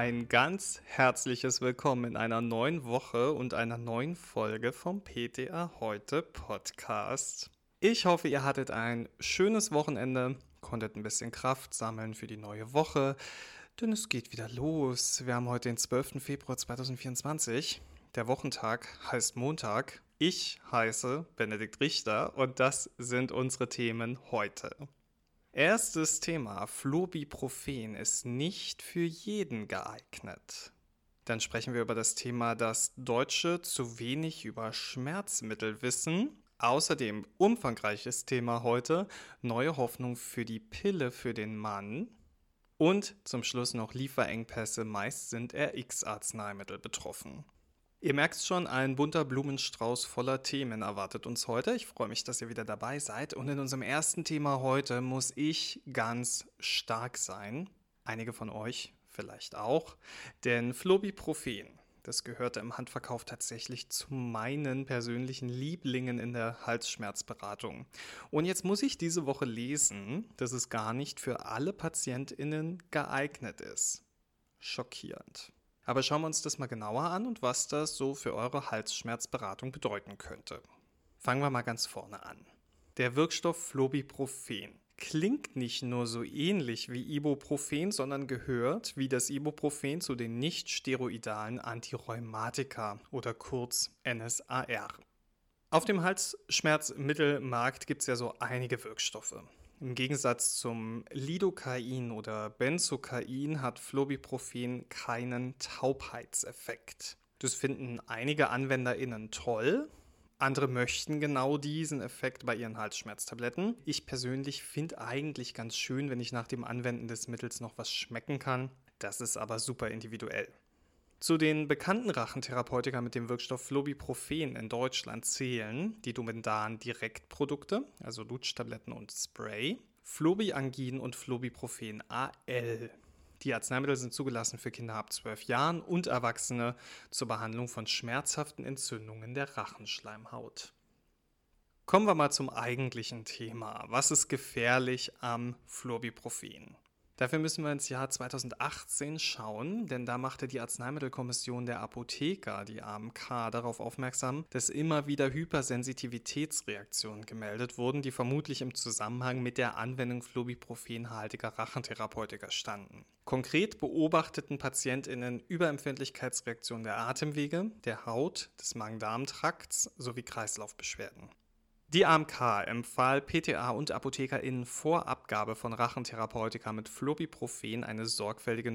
Ein ganz herzliches Willkommen in einer neuen Woche und einer neuen Folge vom PTA Heute Podcast. Ich hoffe, ihr hattet ein schönes Wochenende, konntet ein bisschen Kraft sammeln für die neue Woche, denn es geht wieder los. Wir haben heute den 12. Februar 2024. Der Wochentag heißt Montag. Ich heiße Benedikt Richter und das sind unsere Themen heute. Erstes Thema: Flurbiprofen ist nicht für jeden geeignet. Dann sprechen wir über das Thema, dass Deutsche zu wenig über Schmerzmittel wissen. Außerdem umfangreiches Thema heute: neue Hoffnung für die Pille für den Mann. Und zum Schluss noch Lieferengpässe, meist sind RX-Arzneimittel betroffen. Ihr merkt schon, ein bunter Blumenstrauß voller Themen erwartet uns heute. Ich freue mich, dass ihr wieder dabei seid. Und in unserem ersten Thema heute muss ich ganz stark sein. Einige von euch vielleicht auch. Denn Flurbiprofen, das gehörte im Handverkauf tatsächlich zu meinen persönlichen Lieblingen in der Halsschmerzberatung. Und jetzt muss ich diese Woche lesen, dass es gar nicht für alle PatientInnen geeignet ist. Schockierend. Aber schauen wir uns das mal genauer an und was das so für eure Halsschmerzberatung bedeuten könnte. Fangen wir mal ganz vorne an. Der Wirkstoff Flurbiprofen klingt nicht nur so ähnlich wie Ibuprofen, sondern gehört wie das Ibuprofen zu den nicht-steroidalen Antirheumatika oder kurz NSAR. Auf dem Halsschmerzmittelmarkt gibt es ja so einige Wirkstoffe. Im Gegensatz zum Lidocain oder Benzocain hat Flurbiprofen keinen Taubheitseffekt. Das finden einige AnwenderInnen toll. Andere möchten genau diesen Effekt bei ihren Halsschmerztabletten. Ich persönlich finde eigentlich ganz schön, wenn ich nach dem Anwenden des Mittels noch was schmecken kann. Das ist aber super individuell. Zu den bekannten Rachentherapeutika mit dem Wirkstoff Flurbiprofen in Deutschland zählen die Domendan-Direktprodukte, also Lutschtabletten und Spray, Flurbiangin und Flurbiprofen AL. Die Arzneimittel sind zugelassen für Kinder ab 12 Jahren und Erwachsene zur Behandlung von schmerzhaften Entzündungen der Rachenschleimhaut. Kommen wir mal zum eigentlichen Thema. Was ist gefährlich am Flurbiprofen? Dafür müssen wir ins Jahr 2018 schauen, denn da machte die Arzneimittelkommission der Apotheker, die AMK, darauf aufmerksam, dass immer wieder Hypersensitivitätsreaktionen gemeldet wurden, die vermutlich im Zusammenhang mit der Anwendung flurbiprofenhaltiger Rachentherapeutika standen. Konkret beobachteten PatientInnen Überempfindlichkeitsreaktionen der Atemwege, der Haut, des Magen-Darm-Trakts sowie Kreislaufbeschwerden. Die AMK empfahl PTA und ApothekerInnen vor Abgabe von Rachentherapeutika mit Flurbiprofen eine sorgfältige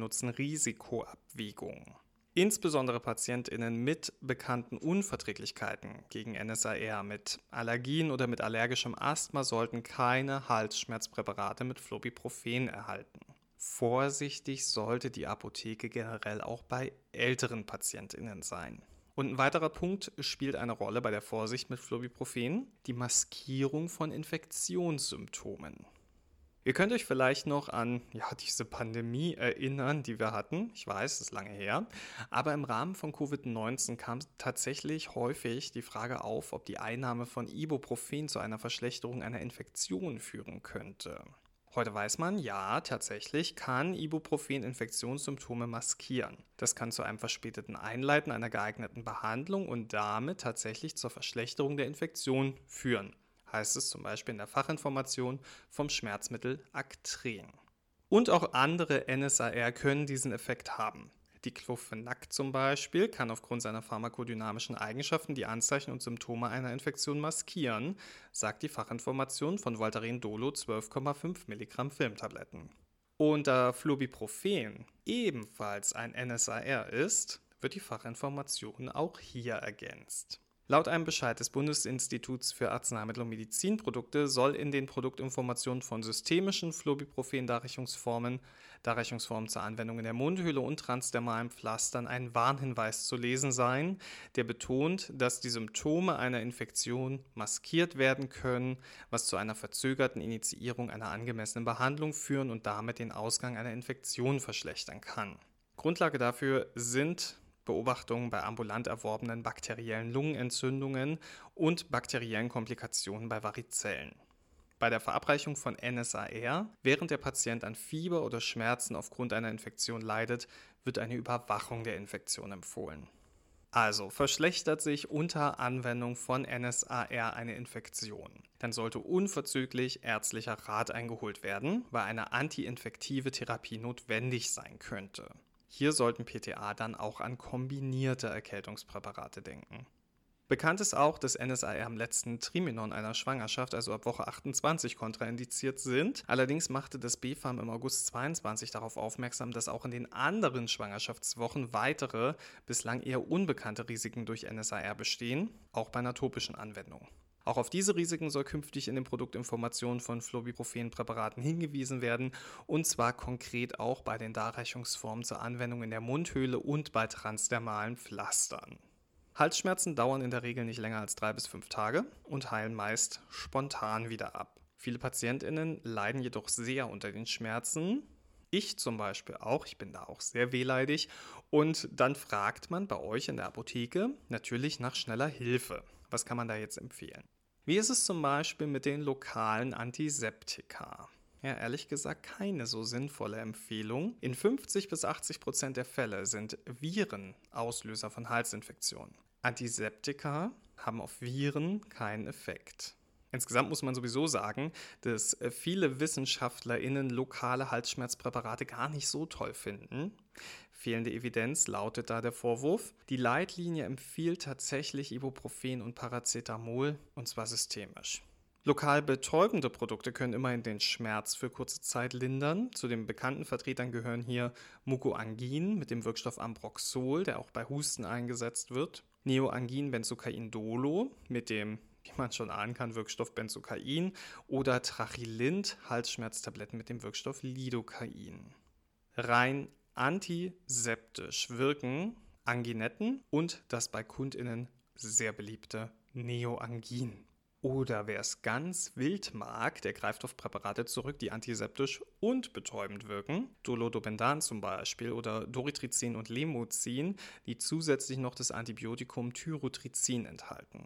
Nutzen-Risiko-Abwägung. Insbesondere PatientInnen mit bekannten Unverträglichkeiten gegen NSAR, mit Allergien oder mit allergischem Asthma sollten keine Halsschmerzpräparate mit Flurbiprofen erhalten. Vorsichtig sollte die Apotheke generell auch bei älteren PatientInnen sein. Und ein weiterer Punkt spielt eine Rolle bei der Vorsicht mit Flurbiprofen: die Maskierung von Infektionssymptomen. Ihr könnt euch vielleicht noch an diese Pandemie erinnern, die wir hatten. Ich weiß, das ist lange her. Aber im Rahmen von Covid-19 kam tatsächlich häufig die Frage auf, ob die Einnahme von Ibuprofen zu einer Verschlechterung einer Infektion führen könnte. Heute weiß man, ja, tatsächlich kann Ibuprofen Infektionssymptome maskieren. Das kann zu einem verspäteten Einleiten einer geeigneten Behandlung und damit tatsächlich zur Verschlechterung der Infektion führen, heißt es zum Beispiel in der Fachinformation vom Schmerzmittel Actren. Und auch andere NSAR können diesen Effekt haben. Diclofenac zum Beispiel kann aufgrund seiner pharmakodynamischen Eigenschaften die Anzeichen und Symptome einer Infektion maskieren, sagt die Fachinformation von Voltaren Dolo 12,5 Milligramm Filmtabletten. Und da Flurbiprofen ebenfalls ein NSAR ist, wird die Fachinformation auch hier ergänzt. Laut einem Bescheid des Bundesinstituts für Arzneimittel und Medizinprodukte soll in den Produktinformationen von systemischen Flurbiprofen-Darreichungsformen zur Anwendung in der Mundhöhle und transdermalen Pflastern ein Warnhinweis zu lesen sein, der betont, dass die Symptome einer Infektion maskiert werden können, was zu einer verzögerten Initiierung einer angemessenen Behandlung führen und damit den Ausgang einer Infektion verschlechtern kann. Grundlage dafür sind Beobachtungen bei ambulant erworbenen bakteriellen Lungenentzündungen und bakteriellen Komplikationen bei Varizellen. Bei der Verabreichung von NSAR, während der Patient an Fieber oder Schmerzen aufgrund einer Infektion leidet, wird eine Überwachung der Infektion empfohlen. Also verschlechtert sich unter Anwendung von NSAR eine Infektion, dann sollte unverzüglich ärztlicher Rat eingeholt werden, weil eine antiinfektive Therapie notwendig sein könnte. Hier sollten PTA dann auch an kombinierte Erkältungspräparate denken. Bekannt ist auch, dass NSAR im letzten Trimenon einer Schwangerschaft, also ab Woche 28, kontraindiziert sind. Allerdings machte das BfArM im August 22 darauf aufmerksam, dass auch in den anderen Schwangerschaftswochen weitere, bislang eher unbekannte Risiken durch NSAR bestehen, auch bei einer topischen Anwendung. Auch auf diese Risiken soll künftig in den Produktinformationen von Florbiprofen-Präparaten hingewiesen werden, und zwar konkret auch bei den Darreichungsformen zur Anwendung in der Mundhöhle und bei transdermalen Pflastern. Halsschmerzen dauern in der Regel nicht länger als 3 bis 5 Tage und heilen meist spontan wieder ab. Viele PatientInnen leiden jedoch sehr unter den Schmerzen. Ich zum Beispiel auch, ich bin da auch sehr wehleidig. Und dann fragt man bei euch in der Apotheke natürlich nach schneller Hilfe. Was kann man da jetzt empfehlen? Wie ist es zum Beispiel mit den lokalen Antiseptika? Ja, ehrlich gesagt keine so sinnvolle Empfehlung. In 50-80% der Fälle sind Viren Auslöser von Halsinfektionen. Antiseptika haben auf Viren keinen Effekt. Insgesamt muss man sowieso sagen, dass viele WissenschaftlerInnen lokale Halsschmerzpräparate gar nicht so toll finden. Fehlende Evidenz lautet da der Vorwurf. Die Leitlinie empfiehlt tatsächlich Ibuprofen und Paracetamol, und zwar systemisch. Lokal betäubende Produkte können immerhin den Schmerz für kurze Zeit lindern. Zu den bekannten Vertretern gehören hier Mucoangin mit dem Wirkstoff Ambroxol, der auch bei Husten eingesetzt wird, Neoangin-Benzocain-Dolo mit dem, wie man schon ahnen kann, Wirkstoff Benzocain oder Trachylint, Halsschmerztabletten mit dem Wirkstoff Lidocain. Rein antiseptisch wirken Anginetten und das bei KundInnen sehr beliebte Neoangin. Oder wer es ganz wild mag, der greift auf Präparate zurück, die antiseptisch und betäubend wirken. Dolodobendan zum Beispiel oder Doritrizin und Lemozin, die zusätzlich noch das Antibiotikum Tyrotrizin enthalten.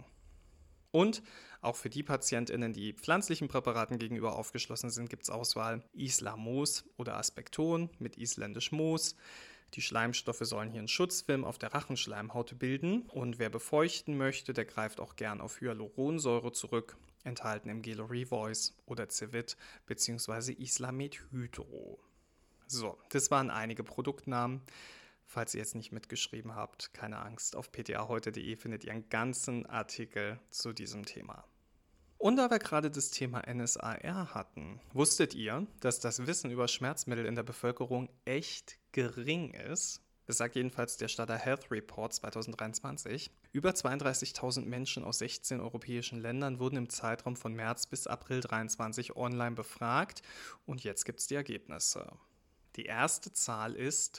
Und auch für die PatientInnen, die pflanzlichen Präparaten gegenüber aufgeschlossen sind, gibt es Auswahl Islamos oder Aspecton mit isländisch Moos. Die Schleimstoffe sollen hier einen Schutzfilm auf der Rachenschleimhaut bilden, und wer befeuchten möchte, der greift auch gern auf Hyaluronsäure zurück, enthalten im Gelo Revoice oder Cevit bzw. Islamet Hydro. So, das waren einige Produktnamen. Falls ihr jetzt nicht mitgeschrieben habt, keine Angst, auf ptaheute.de findet ihr einen ganzen Artikel zu diesem Thema. Und da wir gerade das Thema NSAR hatten, wusstet ihr, dass das Wissen über Schmerzmittel in der Bevölkerung echt gering ist? Das sagt jedenfalls der Stadler Health Report 2023. Über 32.000 Menschen aus 16 europäischen Ländern wurden im Zeitraum von März bis April 2023 online befragt, und jetzt gibt es die Ergebnisse. Die erste Zahl ist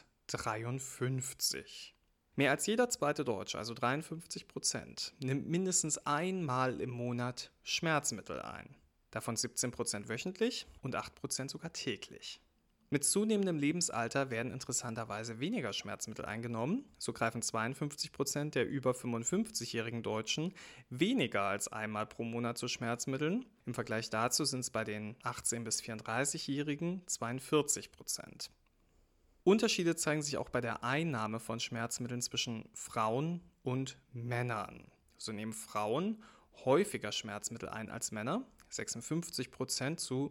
53. Mehr als jeder zweite Deutsche, also 53%, nimmt mindestens einmal im Monat Schmerzmittel ein. Davon 17% wöchentlich und 8% sogar täglich. Mit zunehmendem Lebensalter werden interessanterweise weniger Schmerzmittel eingenommen. So greifen 52% der über 55-jährigen Deutschen weniger als einmal pro Monat zu Schmerzmitteln. Im Vergleich dazu sind es bei den 18- bis 34-Jährigen 42%. Unterschiede zeigen sich auch bei der Einnahme von Schmerzmitteln zwischen Frauen und Männern. So nehmen Frauen häufiger Schmerzmittel ein als Männer, 56% zu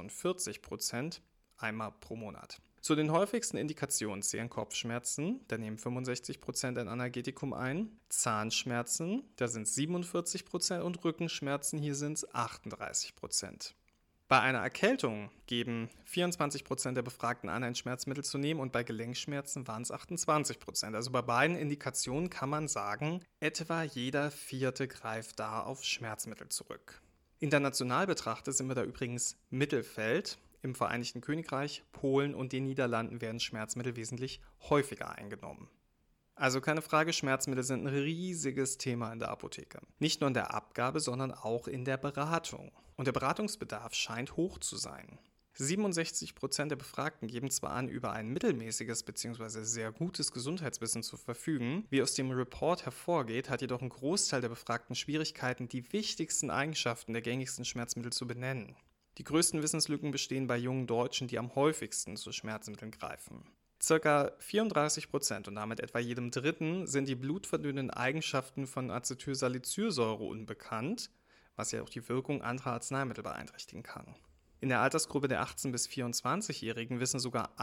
46% einmal pro Monat. Zu den häufigsten Indikationen zählen Kopfschmerzen, da nehmen 65% ein Analgetikum ein, Zahnschmerzen, da sind es 47% und Rückenschmerzen, hier sind es 38%. Bei einer Erkältung geben 24% der Befragten an, ein Schmerzmittel zu nehmen, und bei Gelenkschmerzen waren es 28%. Also bei beiden Indikationen kann man sagen, etwa jeder Vierte greift da auf Schmerzmittel zurück. International betrachtet sind wir da übrigens Mittelfeld. Im Vereinigten Königreich, Polen und den Niederlanden werden Schmerzmittel wesentlich häufiger eingenommen. Also keine Frage, Schmerzmittel sind ein riesiges Thema in der Apotheke. Nicht nur in der Abgabe, sondern auch in der Beratung. Und der Beratungsbedarf scheint hoch zu sein. 67% der Befragten geben zwar an, über ein mittelmäßiges bzw. sehr gutes Gesundheitswissen zu verfügen. Wie aus dem Report hervorgeht, hat jedoch ein Großteil der Befragten Schwierigkeiten, die wichtigsten Eigenschaften der gängigsten Schmerzmittel zu benennen. Die größten Wissenslücken bestehen bei jungen Deutschen, die am häufigsten zu Schmerzmitteln greifen. Circa 34% und damit etwa jedem Dritten sind die blutverdünnenden Eigenschaften von Acetylsalicylsäure unbekannt, was ja auch die Wirkung anderer Arzneimittel beeinträchtigen kann. In der Altersgruppe der 18- bis 24-Jährigen wissen sogar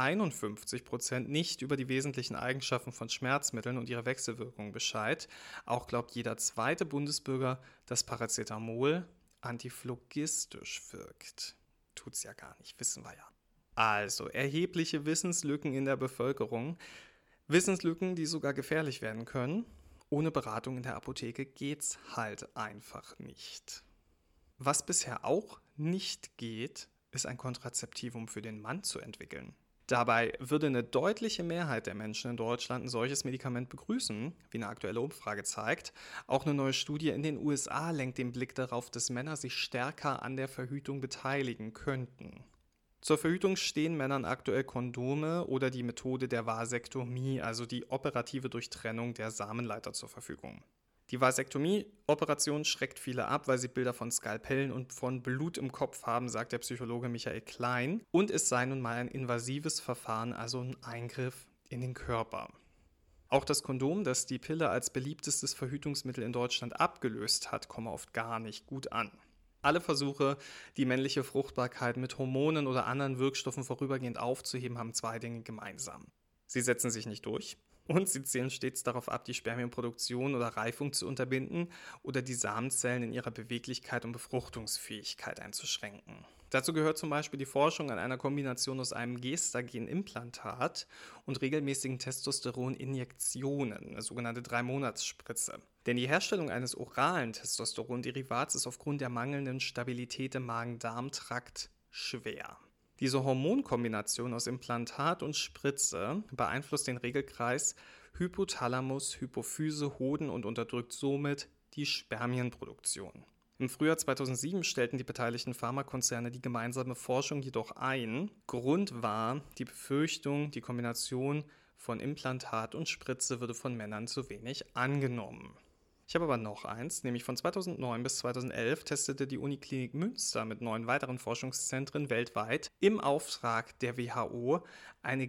51% nicht über die wesentlichen Eigenschaften von Schmerzmitteln und ihre Wechselwirkungen Bescheid. Auch glaubt jeder zweite Bundesbürger, dass Paracetamol antiphlogistisch wirkt. Tut's ja gar nicht, wissen wir ja. Also erhebliche Wissenslücken in der Bevölkerung. Wissenslücken, die sogar gefährlich werden können. Ohne Beratung in der Apotheke geht's halt einfach nicht. Was bisher auch nicht geht, ist ein Kontrazeptivum für den Mann zu entwickeln. Dabei würde eine deutliche Mehrheit der Menschen in Deutschland ein solches Medikament begrüßen, wie eine aktuelle Umfrage zeigt. Auch eine neue Studie in den USA lenkt den Blick darauf, dass Männer sich stärker an der Verhütung beteiligen könnten. Zur Verhütung stehen Männern aktuell Kondome oder die Methode der Vasektomie, also die operative Durchtrennung der Samenleiter zur Verfügung. Die Vasektomie-Operation schreckt viele ab, weil sie Bilder von Skalpellen und von Blut im Kopf haben, sagt der Psychologe Michael Klein. Und es sei nun mal ein invasives Verfahren, also ein Eingriff in den Körper. Auch das Kondom, das die Pille als beliebtestes Verhütungsmittel in Deutschland abgelöst hat, komme oft gar nicht gut an. Alle Versuche, die männliche Fruchtbarkeit mit Hormonen oder anderen Wirkstoffen vorübergehend aufzuheben, haben zwei Dinge gemeinsam. Sie setzen sich nicht durch und sie zielen stets darauf ab, die Spermienproduktion oder Reifung zu unterbinden oder die Samenzellen in ihrer Beweglichkeit und Befruchtungsfähigkeit einzuschränken. Dazu gehört zum Beispiel die Forschung an einer Kombination aus einem Gestagen-Implantat und regelmäßigen Testosteroninjektionen, eine sogenannte 3-Monats-Spritze. Denn die Herstellung eines oralen Testosteronderivats ist aufgrund der mangelnden Stabilität im Magen-Darm-Trakt schwer. Diese Hormonkombination aus Implantat und Spritze beeinflusst den Regelkreis Hypothalamus, Hypophyse, Hoden und unterdrückt somit die Spermienproduktion. Im Frühjahr 2007 stellten die beteiligten Pharmakonzerne die gemeinsame Forschung jedoch ein. Grund war die Befürchtung, die Kombination von Implantat und Spritze würde von Männern zu wenig angenommen. Ich habe aber noch eins, nämlich von 2009 bis 2011 testete die Uniklinik Münster mit 9 weiteren Forschungszentren weltweit im Auftrag der WHO eine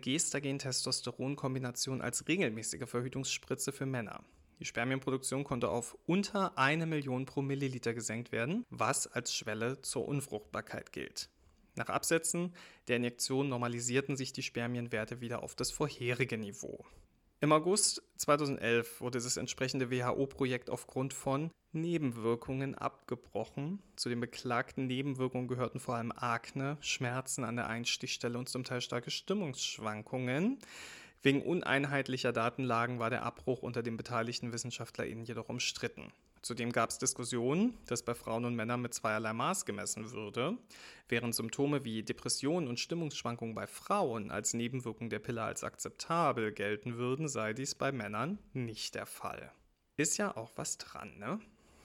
Gestagen-Testosteron-Kombination als regelmäßige Verhütungsspritze für Männer. Die Spermienproduktion konnte auf unter 1 Million pro Milliliter gesenkt werden, was als Schwelle zur Unfruchtbarkeit gilt. Nach Absetzen der Injektion normalisierten sich die Spermienwerte wieder auf das vorherige Niveau. Im August 2011 wurde das entsprechende WHO-Projekt aufgrund von Nebenwirkungen abgebrochen. Zu den beklagten Nebenwirkungen gehörten vor allem Akne, Schmerzen an der Einstichstelle und zum Teil starke Stimmungsschwankungen. Wegen uneinheitlicher Datenlagen war der Abbruch unter den beteiligten WissenschaftlerInnen jedoch umstritten. Zudem gab es Diskussionen, dass bei Frauen und Männern mit zweierlei Maß gemessen würde. Während Symptome wie Depressionen und Stimmungsschwankungen bei Frauen als Nebenwirkung der Pille als akzeptabel gelten würden, sei dies bei Männern nicht der Fall. Ist ja auch was dran, ne?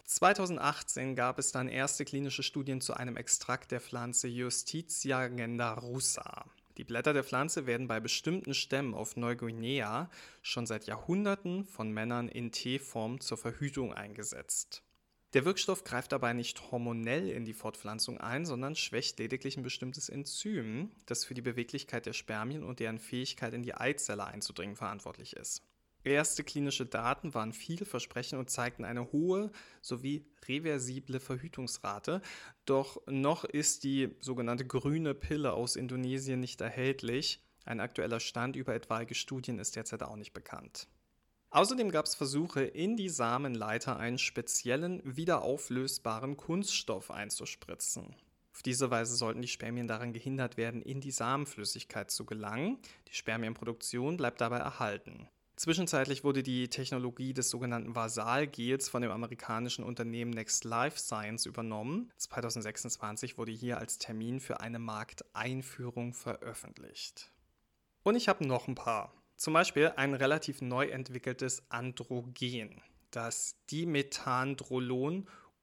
2018 gab es dann erste klinische Studien zu einem Extrakt der Pflanze Justitia gendarussa. Die Blätter der Pflanze werden bei bestimmten Stämmen auf Neuguinea schon seit Jahrhunderten von Männern in Teeform zur Verhütung eingesetzt. Der Wirkstoff greift dabei nicht hormonell in die Fortpflanzung ein, sondern schwächt lediglich ein bestimmtes Enzym, das für die Beweglichkeit der Spermien und deren Fähigkeit in die Eizelle einzudringen verantwortlich ist. Erste klinische Daten waren vielversprechend und zeigten eine hohe sowie reversible Verhütungsrate. Doch noch ist die sogenannte grüne Pille aus Indonesien nicht erhältlich. Ein aktueller Stand über etwaige Studien ist derzeit auch nicht bekannt. Außerdem gab es Versuche, in die Samenleiter einen speziellen, wiederauflösbaren Kunststoff einzuspritzen. Auf diese Weise sollten die Spermien daran gehindert werden, in die Samenflüssigkeit zu gelangen. Die Spermienproduktion bleibt dabei erhalten. Zwischenzeitlich wurde die Technologie des sogenannten Vasalgels von dem amerikanischen Unternehmen Next Life Science übernommen. 2026 wurde hier als Termin für eine Markteinführung veröffentlicht. Und ich habe noch ein paar. Zum Beispiel ein relativ neu entwickeltes Androgen, das Dimethandrolon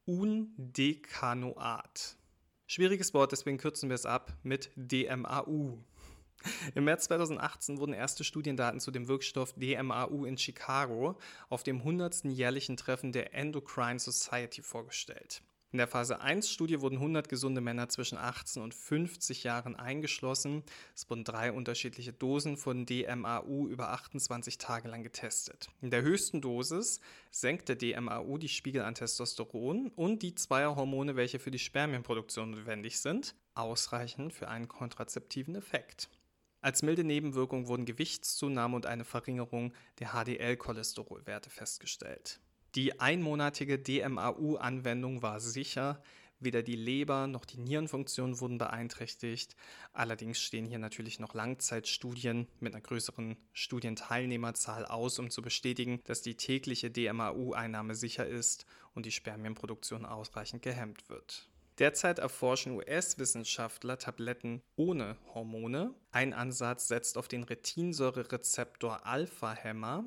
Undecanoat. Schwieriges Wort, deswegen kürzen wir es ab mit DMAU. Im März 2018 wurden erste Studiendaten zu dem Wirkstoff DMAU in Chicago auf dem 100. jährlichen Treffen der Endocrine Society vorgestellt. In der Phase 1-Studie wurden 100 gesunde Männer zwischen 18 und 50 Jahren eingeschlossen. Es wurden 3 unterschiedliche Dosen von DMAU über 28 Tage lang getestet. In der höchsten Dosis senkte DMAU die Spiegel an Testosteron und die Zweierhormone, welche für die Spermienproduktion notwendig sind, ausreichend für einen kontrazeptiven Effekt. Als milde Nebenwirkung wurden Gewichtszunahme und eine Verringerung der HDL-Cholesterolwerte festgestellt. Die einmonatige DMAU-Anwendung war sicher, weder die Leber noch die Nierenfunktion wurden beeinträchtigt. Allerdings stehen hier natürlich noch Langzeitstudien mit einer größeren Studienteilnehmerzahl aus, um zu bestätigen, dass die tägliche DMAU-Einnahme sicher ist und die Spermienproduktion ausreichend gehemmt wird. Derzeit erforschen US-Wissenschaftler Tabletten ohne Hormone. Ein Ansatz setzt auf den Retinsäurerezeptor Alpha-Hämmer,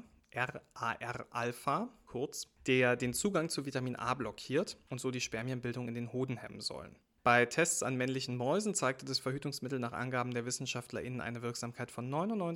RAR-Alpha, kurz, der den Zugang zu Vitamin A blockiert und so die Spermienbildung in den Hoden hemmen soll. Bei Tests an männlichen Mäusen zeigte das Verhütungsmittel nach Angaben der WissenschaftlerInnen eine Wirksamkeit von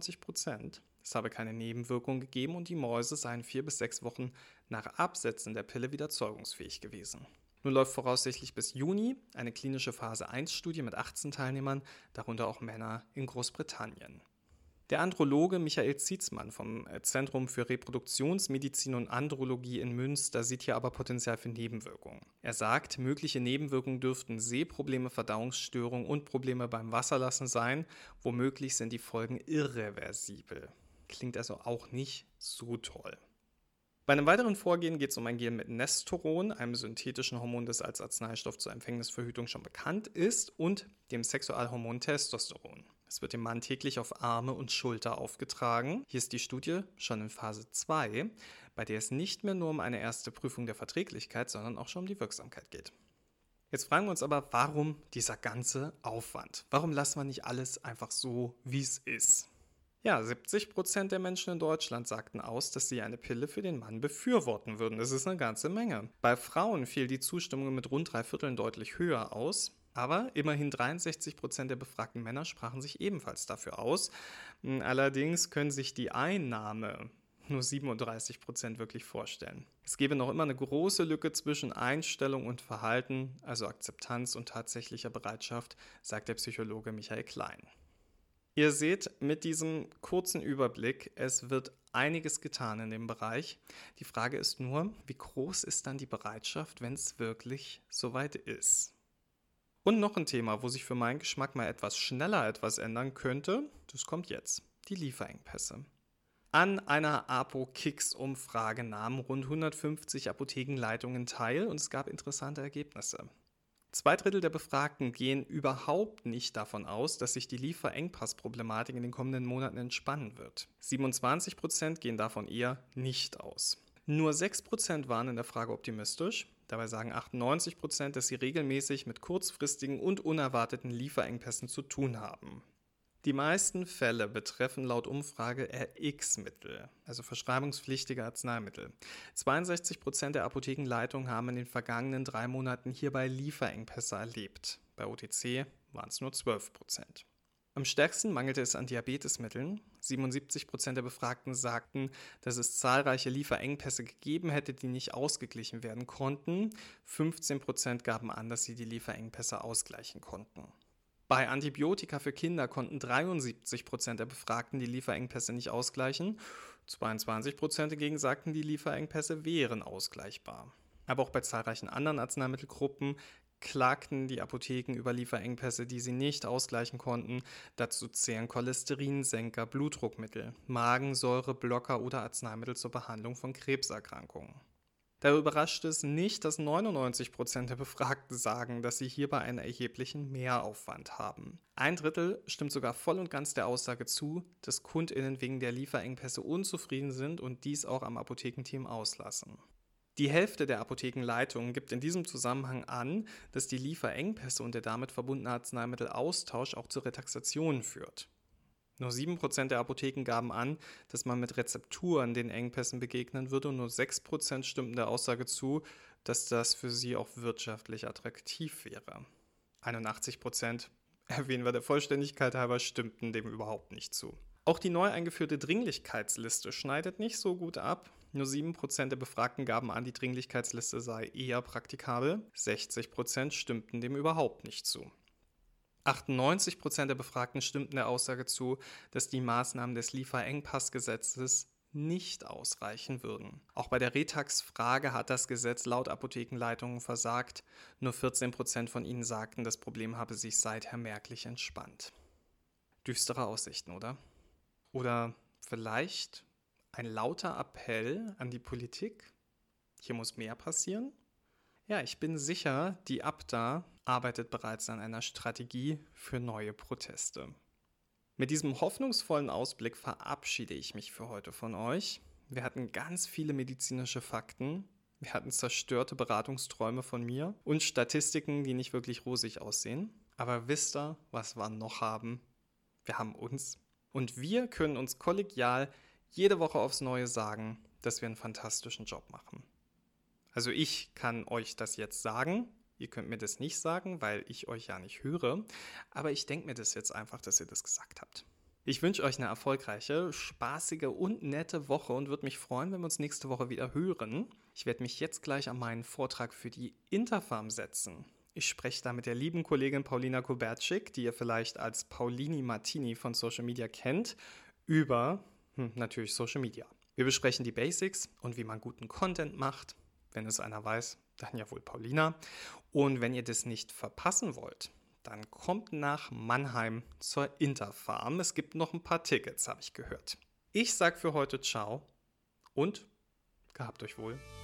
99%. Es habe keine Nebenwirkungen gegeben und die Mäuse seien 4 bis 6 Wochen nach Absetzen der Pille wieder zeugungsfähig gewesen. Nun läuft voraussichtlich bis Juni eine klinische Phase 1-Studie mit 18 Teilnehmern, darunter auch Männer in Großbritannien. Der Androloge Michael Zietsmann vom Zentrum für Reproduktionsmedizin und Andrologie in Münster sieht hier aber Potenzial für Nebenwirkungen. Er sagt, mögliche Nebenwirkungen dürften Sehprobleme, Verdauungsstörungen und Probleme beim Wasserlassen sein. Womöglich sind die Folgen irreversibel. Klingt also auch nicht so toll. Bei einem weiteren Vorgehen geht es um ein Gel mit Nestoron, einem synthetischen Hormon, das als Arzneistoff zur Empfängnisverhütung schon bekannt ist, und dem Sexualhormon Testosteron. Es wird dem Mann täglich auf Arme und Schulter aufgetragen. Hier ist die Studie schon in Phase 2, bei der es nicht mehr nur um eine erste Prüfung der Verträglichkeit, sondern auch schon um die Wirksamkeit geht. Jetzt fragen wir uns aber, warum dieser ganze Aufwand? Warum lassen wir nicht alles einfach so, wie es ist? Ja, 70% der Menschen in Deutschland sagten aus, dass sie eine Pille für den Mann befürworten würden. Das ist eine ganze Menge. Bei Frauen fiel die Zustimmung mit rund 3/4 deutlich höher aus. Aber immerhin 63% der befragten Männer sprachen sich ebenfalls dafür aus. Allerdings können sich die Einnahme nur 37% wirklich vorstellen. Es gäbe noch immer eine große Lücke zwischen Einstellung und Verhalten, also Akzeptanz und tatsächlicher Bereitschaft, sagt der Psychologe Michael Klein. Ihr seht mit diesem kurzen Überblick, es wird einiges getan in dem Bereich. Die Frage ist nur, wie groß ist dann die Bereitschaft, wenn es wirklich soweit ist? Und noch ein Thema, wo sich für meinen Geschmack mal etwas schneller etwas ändern könnte, das kommt jetzt, die Lieferengpässe. An einer APO-Kicks-Umfrage nahmen rund 150 Apothekenleitungen teil und es gab interessante Ergebnisse. 2/3 der Befragten gehen überhaupt nicht davon aus, dass sich die Lieferengpassproblematik in den kommenden Monaten entspannen wird. 27% gehen davon eher nicht aus. Nur 6% waren in der Frage optimistisch. Dabei sagen 98%, dass sie regelmäßig mit kurzfristigen und unerwarteten Lieferengpässen zu tun haben. Die meisten Fälle betreffen laut Umfrage Rx-Mittel, also verschreibungspflichtige Arzneimittel. 62% der Apothekenleitungen haben in den vergangenen 3 Monaten hierbei Lieferengpässe erlebt. Bei OTC waren es nur 12%. Am stärksten mangelte es an Diabetesmitteln. 77% der Befragten sagten, dass es zahlreiche Lieferengpässe gegeben hätte, die nicht ausgeglichen werden konnten. 15% gaben an, dass sie die Lieferengpässe ausgleichen konnten. Bei Antibiotika für Kinder konnten 73% der Befragten die Lieferengpässe nicht ausgleichen. 22% dagegen sagten, die Lieferengpässe wären ausgleichbar. Aber auch bei zahlreichen anderen Arzneimittelgruppen klagten die Apotheken über Lieferengpässe, die sie nicht ausgleichen konnten. Dazu zählen Cholesterinsenker, Blutdruckmittel, Magensäureblocker oder Arzneimittel zur Behandlung von Krebserkrankungen. Da überrascht es nicht, dass 99% der Befragten sagen, dass sie hierbei einen erheblichen Mehraufwand haben. 1/3 stimmt sogar voll und ganz der Aussage zu, dass KundInnen wegen der Lieferengpässe unzufrieden sind und dies auch am Apothekenteam auslassen. Die Hälfte der Apothekenleitungen gibt in diesem Zusammenhang an, dass die Lieferengpässe und der damit verbundene Arzneimittelaustausch auch zu Retaxationen führt. Nur 7% der Apotheken gaben an, dass man mit Rezepturen den Engpässen begegnen würde und nur 6% stimmten der Aussage zu, dass das für sie auch wirtschaftlich attraktiv wäre. 81%, erwähnen wir der Vollständigkeit halber, stimmten dem überhaupt nicht zu. Auch die neu eingeführte Dringlichkeitsliste schneidet nicht so gut ab. Nur 7% der Befragten gaben an, die Dringlichkeitsliste sei eher praktikabel. 60% stimmten dem überhaupt nicht zu. 98% der Befragten stimmten der Aussage zu, dass die Maßnahmen des Lieferengpassgesetzes nicht ausreichen würden. Auch bei der Retax-Frage hat das Gesetz laut Apothekenleitungen versagt. Nur 14% von ihnen sagten, das Problem habe sich seither merklich entspannt. Düstere Aussichten, oder? Oder vielleicht ein lauter Appell an die Politik? Hier muss mehr passieren? Ja, ich bin sicher, die Abda arbeitet bereits an einer Strategie für neue Proteste. Mit diesem hoffnungsvollen Ausblick verabschiede ich mich für heute von euch. Wir hatten ganz viele medizinische Fakten. Wir hatten zerstörte Beratungsträume von mir und Statistiken, die nicht wirklich rosig aussehen. Aber wisst ihr, was wir noch haben? Wir haben uns. Und wir können uns kollegial jede Woche aufs Neue sagen, dass wir einen fantastischen Job machen. Also ich kann euch das jetzt sagen. Ihr könnt mir das nicht sagen, weil ich euch ja nicht höre. Aber ich denke mir das jetzt einfach, dass ihr das gesagt habt. Ich wünsche euch eine erfolgreiche, spaßige und nette Woche und würde mich freuen, wenn wir uns nächste Woche wieder hören. Ich werde mich jetzt gleich an meinen Vortrag für die Interfarm setzen. Ich spreche da mit der lieben Kollegin Paulina Kubertschik, die ihr vielleicht als Paulini Martini von Social Media kennt, über natürlich Social Media. Wir besprechen die Basics und wie man guten Content macht. Wenn es einer weiß, dann ja wohl Paulina. Und wenn ihr das nicht verpassen wollt, dann kommt nach Mannheim zur Interfarm. Es gibt noch ein paar Tickets, habe ich gehört. Ich sage für heute ciao und gehabt euch wohl.